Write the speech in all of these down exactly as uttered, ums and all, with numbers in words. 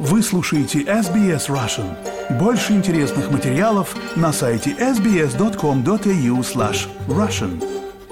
Вы слушаете эс би эс Russian. Больше интересных материалов на сайте эс би эс точка ком точка эй ю слэш Russian.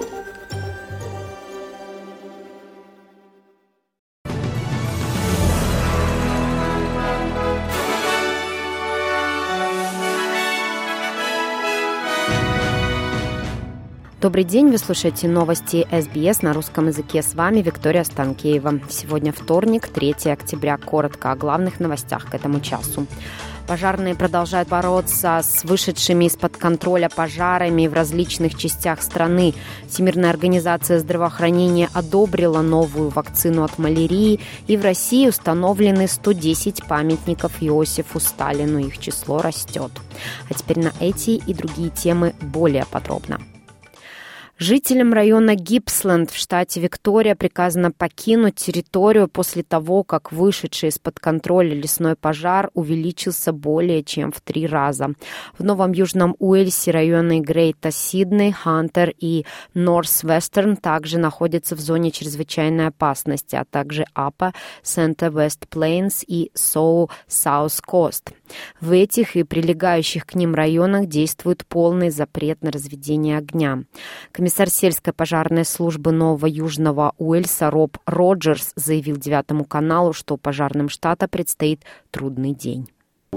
Добрый день, вы слушаете новости эс би эс на русском языке. С вами Виктория Станкеева. Сегодня вторник, третьего октября. Коротко о главных новостях к этому часу. Пожарные продолжают бороться с вышедшими из-под контроля пожарами в различных частях страны. Всемирная организация здравоохранения одобрила новую вакцину от малярии, и в России установлены сто десять памятников Иосифу Сталину. Их число растет. А теперь на эти и другие темы более подробно. Жителям района Гипсленд в штате Виктория приказано покинуть территорию после того, как вышедший из-под контроля лесной пожар увеличился более чем в три раза. В Новом Южном Уэльсе районы Грейта Сидней, Хантер и Норс-Вестерн также находятся в зоне чрезвычайной опасности, а также Апа, Сент-Вест Плейнс и Соу Саус Кост. В этих и прилегающих к ним районах действует полный запрет на разведение огня. Комиссар сельской пожарной службы Нового Южного Уэльса Роб Роджерс заявил Девятому каналу, что пожарным штата предстоит трудный день. В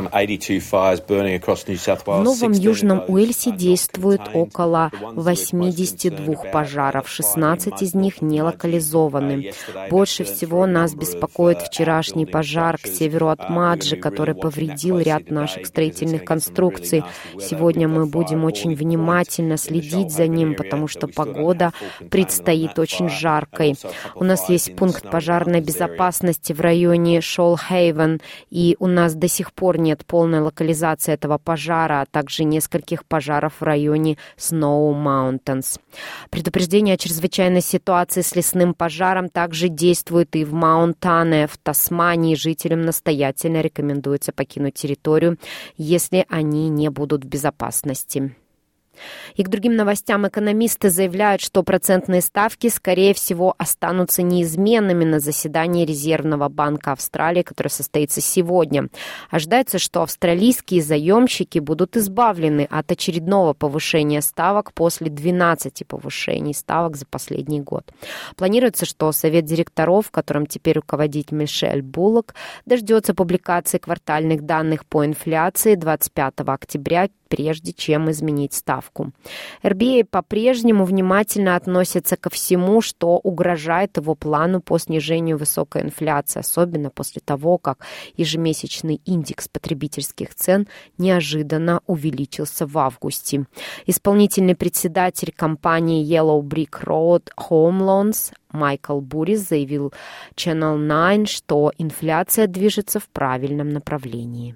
Новом Южном Уэльсе действует около восемьдесят два пожаров, шестнадцать из них не локализованы. Больше всего нас беспокоит вчерашний пожар к северу от Маджи, который повредил ряд наших строительных конструкций. Сегодня мы будем очень внимательно следить за ним, потому что погода предстоит очень жаркой. У нас есть пункт пожарной безопасности в районе Шолхейвен, и у нас до сих До сих пор нет полной локализации этого пожара, а также нескольких пожаров в районе Snow Mountains. Предупреждение о чрезвычайной ситуации с лесным пожаром также действует и в Маунтане, в Тасмании. Жителям настоятельно рекомендуется покинуть территорию, если они не будут в безопасности. И к другим новостям. Экономисты заявляют, что процентные ставки, скорее всего, останутся неизменными на заседании Резервного банка Австралии, которое состоится сегодня. Ожидается, что австралийские заемщики будут избавлены от очередного повышения ставок после двенадцати повышений ставок за последний год. Планируется, что Совет директоров, которым теперь руководит Мишель Буллок, дождется публикации квартальных данных по инфляции двадцать пятого октября, прежде чем изменить ставку. эр би эй по-прежнему внимательно относится ко всему, что угрожает его плану по снижению высокой инфляции, особенно после того, как ежемесячный индекс потребительских цен неожиданно увеличился в августе. Исполнительный председатель компании Yellow Brick Road Home Loans Майкл Бурис заявил Channel девять, что инфляция движется в правильном направлении.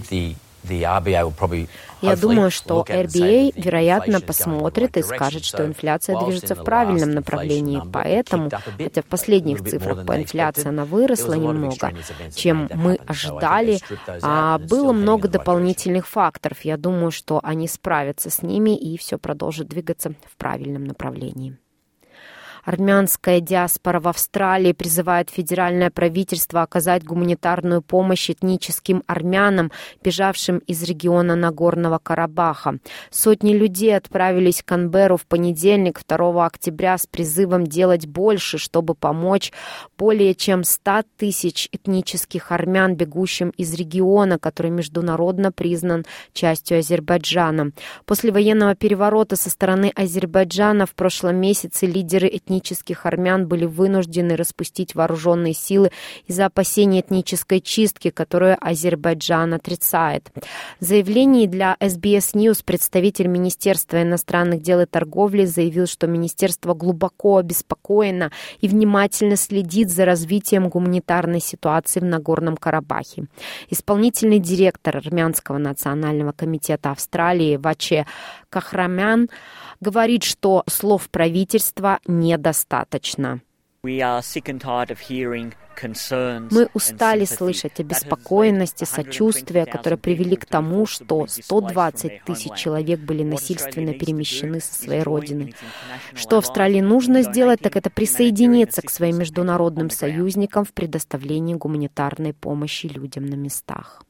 Я думаю, что эр би эй, вероятно, посмотрит и скажет, что инфляция движется в правильном направлении. Поэтому, хотя в последних цифрах по инфляции она выросла немного, чем мы ожидали, а было много дополнительных факторов. Я думаю, что они справятся с ними и все продолжит двигаться в правильном направлении. Армянская диаспора в Австралии призывает федеральное правительство оказать гуманитарную помощь этническим армянам, бежавшим из региона Нагорного Карабаха. Сотни людей отправились в Канберру в понедельник, второго октября, с призывом делать больше, чтобы помочь более чем ста тысяч этнических армян, бегущим из региона, который международно признан частью Азербайджана. После военного переворота со стороны Азербайджана в прошлом месяце лидеры этнических этнических армян были вынуждены распустить вооруженные силы из-за опасений этнической чистки, которую Азербайджан отрицает. В заявлении для эс би эс News представитель Министерства иностранных дел и торговли заявил, что министерство глубоко обеспокоено и внимательно следит за развитием гуманитарной ситуации в Нагорном Карабахе. Исполнительный директор Армянского национального комитета Австралии Ваче Кахрамян говорит, что слов правительства недостаточно. Мы устали слышать обеспокоенность и сочувствие, которые привели к тому, что сто двадцать тысяч человек были насильственно перемещены со своей родины. Что Австралии нужно сделать, так это присоединиться к своим международным союзникам в предоставлении гуманитарной помощи людям на местах.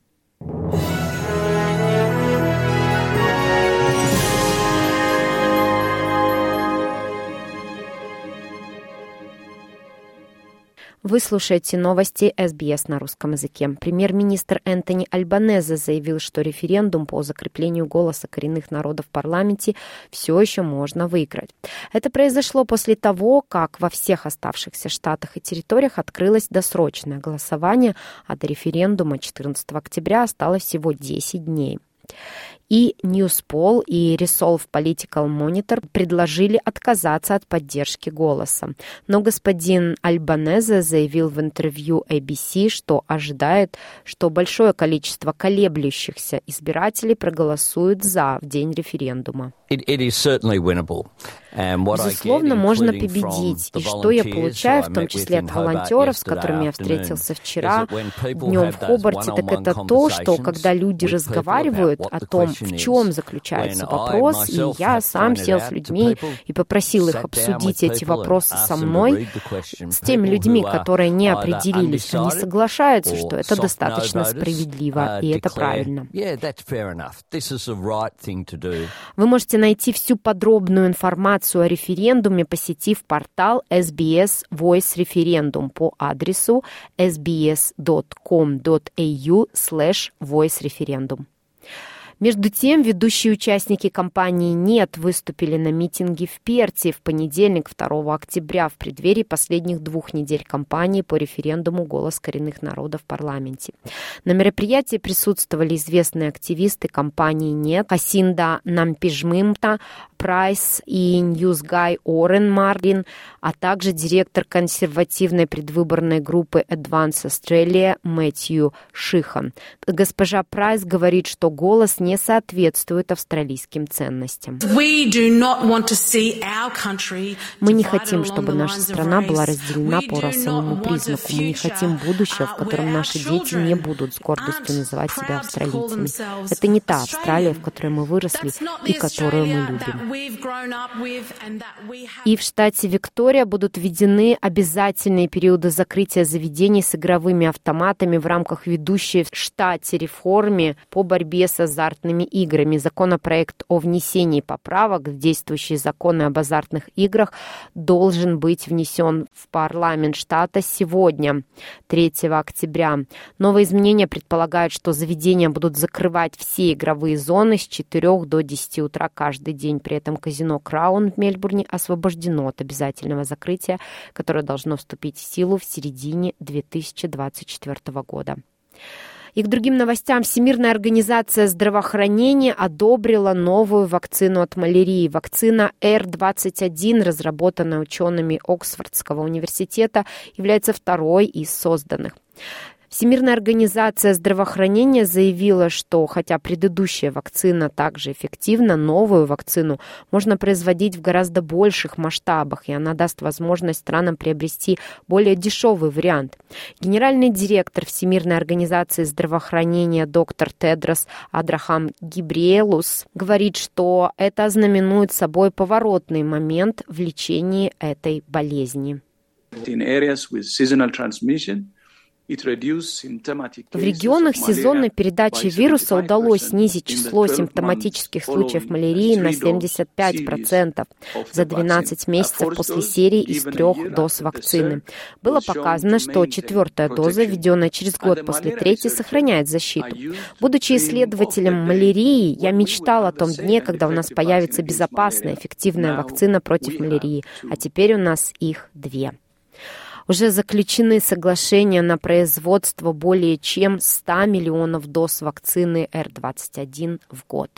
Вы слушаете новости эс би эс на русском языке. Премьер-министр Энтони Альбанезе заявил, что референдум по закреплению голоса коренных народов в парламенте все еще можно выиграть. Это произошло после того, как во всех оставшихся штатах и территориях открылось досрочное голосование, а до референдума четырнадцатого октября осталось всего десять дней. И Newspoll, и Resolve Political Monitor предложили отказаться от поддержки голоса. Но господин Альбанезе заявил в интервью эй би си, что ожидает, что большое количество колеблющихся избирателей проголосуют «за» в день референдума. Безусловно, можно победить. И что я получаю, в том числе от волонтеров, с которыми я встретился вчера днем в Хобарте, так это то, что когда люди разговаривают о том, в чем заключается вопрос, и я сам сел с людьми и попросил их обсудить эти вопросы со мной, с теми людьми, которые не определились, они соглашаются, что это достаточно справедливо, и это правильно. Вы можете найти всю подробную информацию о референдуме, посетив портал эс би эс Voice Referendum по адресу эс би эс точка ком точка эй ю слэш войс референдум. Между тем, ведущие участники кампании «Нет» выступили на митинге в Перте в понедельник, второго октября, в преддверии последних двух недель кампании по референдуму «Голос коренных народов» в парламенте. На мероприятии присутствовали известные активисты кампании «Нет» Хасинда Нампижмымта Прайс и Ньюсгай Орен Марлин, а также директор консервативной предвыборной группы Advance Australia Мэтью Шихан. Госпожа Прайс говорит, что голос не соответствует австралийским ценностям. Мы не хотим, чтобы наша страна была разделена по расовому признаку. Мы не хотим будущего, в котором наши дети не будут с гордостью называть себя австралийцами. Это не та Австралия, в которой мы выросли и которую мы любим. И в штате Виктория будут введены обязательные периоды закрытия заведений с игровыми автоматами в рамках ведущей в штате реформы по борьбе с азартными играми. Законопроект о внесении поправок в действующие законы об азартных играх должен быть внесен в парламент штата сегодня, третьего октября. Новые изменения предполагают, что заведения будут закрывать все игровые зоны с четырёх до десяти утра каждый день. При этом казино Краун в Мельбурне освобождено от обязательного закрытия, которое должно вступить в силу в середине две тысячи двадцать четвёртого года. И к другим новостям. Всемирная организация здравоохранения одобрила новую вакцину от малярии. Вакцина эр двадцать один, разработанная учеными Оксфордского университета, является второй из созданных. Всемирная организация здравоохранения заявила, что хотя предыдущая вакцина также эффективна, новую вакцину можно производить в гораздо больших масштабах, и она даст возможность странам приобрести более дешевый вариант. Генеральный директор Всемирной организации здравоохранения доктор Тедрос Адрахам Гибриелус говорит, что это ознаменует собой поворотный момент в лечении этой болезни. В регионах сезонной передачи вируса удалось снизить число симптоматических случаев малярии на семьдесят пять процентов за двенадцать месяцев после серии из трех доз вакцины. Было показано, что четвертая доза, введенная через год после третьей, сохраняет защиту. Будучи исследователем малярии, я мечтал о том дне, когда у нас появится безопасная, эффективная вакцина против малярии, а теперь у нас их две. Уже заключены соглашения на производство более чем ста миллионов доз вакцины эр двадцать один в год.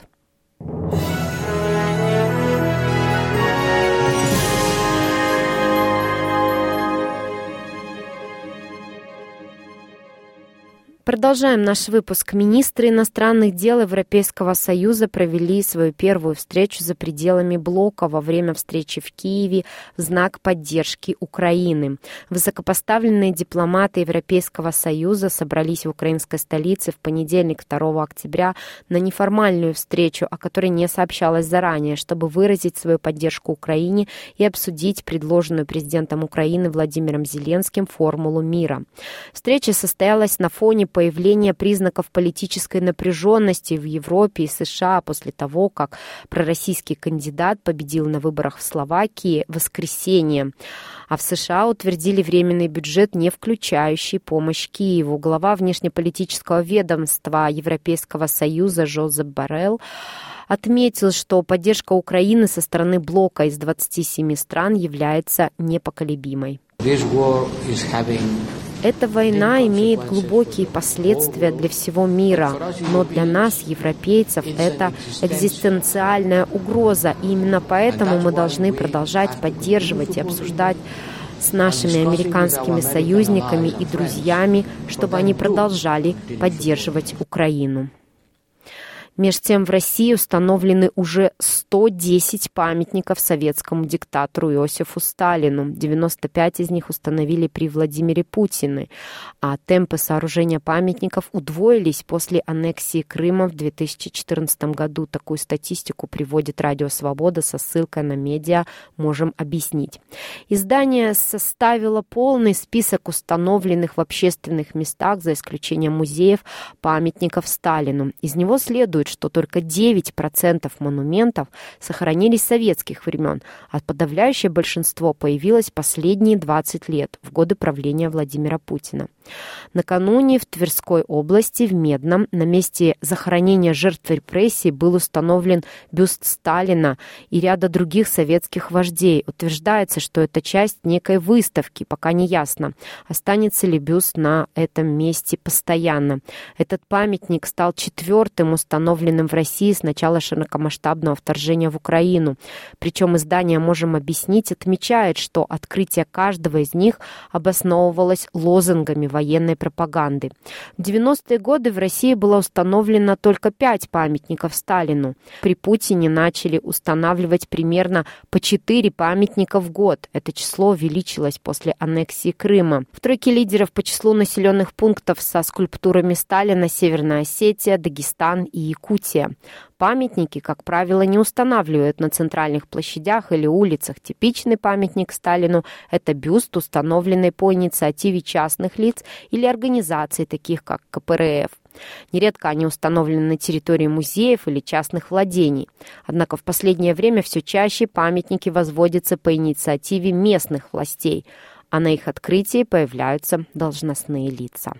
Продолжаем наш выпуск. Министры иностранных дел Европейского Союза провели свою первую встречу за пределами блока во время встречи в Киеве в знак поддержки Украины. Высокопоставленные дипломаты Европейского Союза собрались в украинской столице в понедельник, второго октября, на неформальную встречу, о которой не сообщалось заранее, чтобы выразить свою поддержку Украине и обсудить предложенную президентом Украины Владимиром Зеленским формулу мира. Встреча состоялась на фоне появления признаков политической напряженности в Европе и США после того, как пророссийский кандидат победил на выборах в Словакии в воскресенье. А в США утвердили временный бюджет, не включающий помощь Киеву. Глава внешнеполитического ведомства Европейского Союза Жозеп Боррелл отметил, что поддержка Украины со стороны блока из двадцати семи стран является непоколебимой. Эта война имеет глубокие последствия для всего мира, но для нас, европейцев, это экзистенциальная угроза, и именно поэтому мы должны продолжать поддерживать и обсуждать с нашими американскими союзниками и друзьями, чтобы они продолжали поддерживать Украину. Между тем, в России установлены уже сто десять памятников советскому диктатору Иосифу Сталину. девяносто пять из них установили при Владимире Путине, а темпы сооружения памятников удвоились после аннексии Крыма в две тысячи четырнадцатом году. Такую статистику приводит Радио Свобода со ссылкой на медиа «Можем объяснить». Издание составило полный список установленных в общественных местах, за исключением музеев, памятников Сталину. Из него следует, что только девять процентов монументов сохранились с советских времен, а подавляющее большинство появилось последние двадцать лет, в годы правления Владимира Путина. Накануне в Тверской области, в Медном, на месте захоронения жертв репрессий был установлен бюст Сталина и ряда других советских вождей. Утверждается, что это часть некой выставки, пока не ясно, останется ли бюст на этом месте постоянно. Этот памятник стал четвертым установленным в России с начала широкомасштабного вторжения в Украину. Причем издание «Можем объяснить» отмечает, что открытие каждого из них обосновывалось лозунгами военной пропаганды. В девяностые годы в России было установлено только пять памятников Сталину. При Путине начали устанавливать примерно по четыре памятника в год. Это число увеличилось после аннексии Крыма. В тройке лидеров по числу населенных пунктов со скульптурами Сталина Северная Осетия, Дагестан и Якутия. Памятники, как правило, не устанавливают на центральных площадях или улицах. Типичный памятник Сталину – это бюст, установленный по инициативе частных лиц или организаций, таких как ка пэ эр эф. Нередко они установлены на территории музеев или частных владений. Однако в последнее время все чаще памятники возводятся по инициативе местных властей, а на их открытии появляются должностные лица.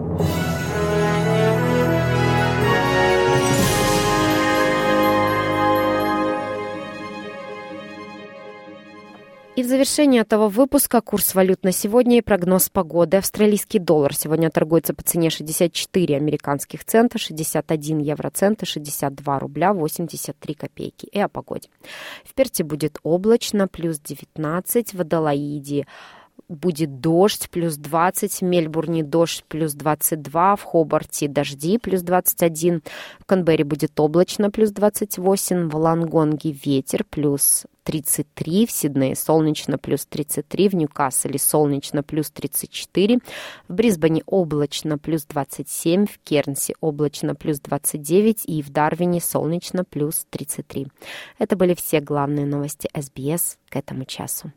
И в завершение этого выпуска курс валют на сегодня и прогноз погоды. Австралийский доллар сегодня торгуется по цене шестьдесят четыре американских цента, шестьдесят один евроцент и шестьдесят два рубля восемьдесят три копейки. И о погоде. В Перте будет облачно, плюс девятнадцать, в Адалаиде будет дождь, плюс двадцать, в Мельбурне дождь, плюс двадцать два, в Хобарте дожди, плюс двадцать один, в Канберре будет облачно, плюс двадцать восемь, в Лонгонге ветер, плюс тридцать три, в Сиднее солнечно, плюс тридцать три, в Ньюкасле солнечно, плюс тридцать четыре, в Брисбене облачно, плюс двадцать семь, в Кернсе облачно, плюс двадцать девять и в Дарвине солнечно, плюс тридцать три. Это были все главные новости эс би эс к этому часу.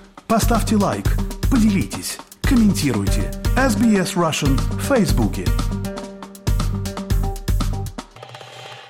Поставьте лайк, поделитесь, комментируйте. эс би эс Russian в Фейсбуке.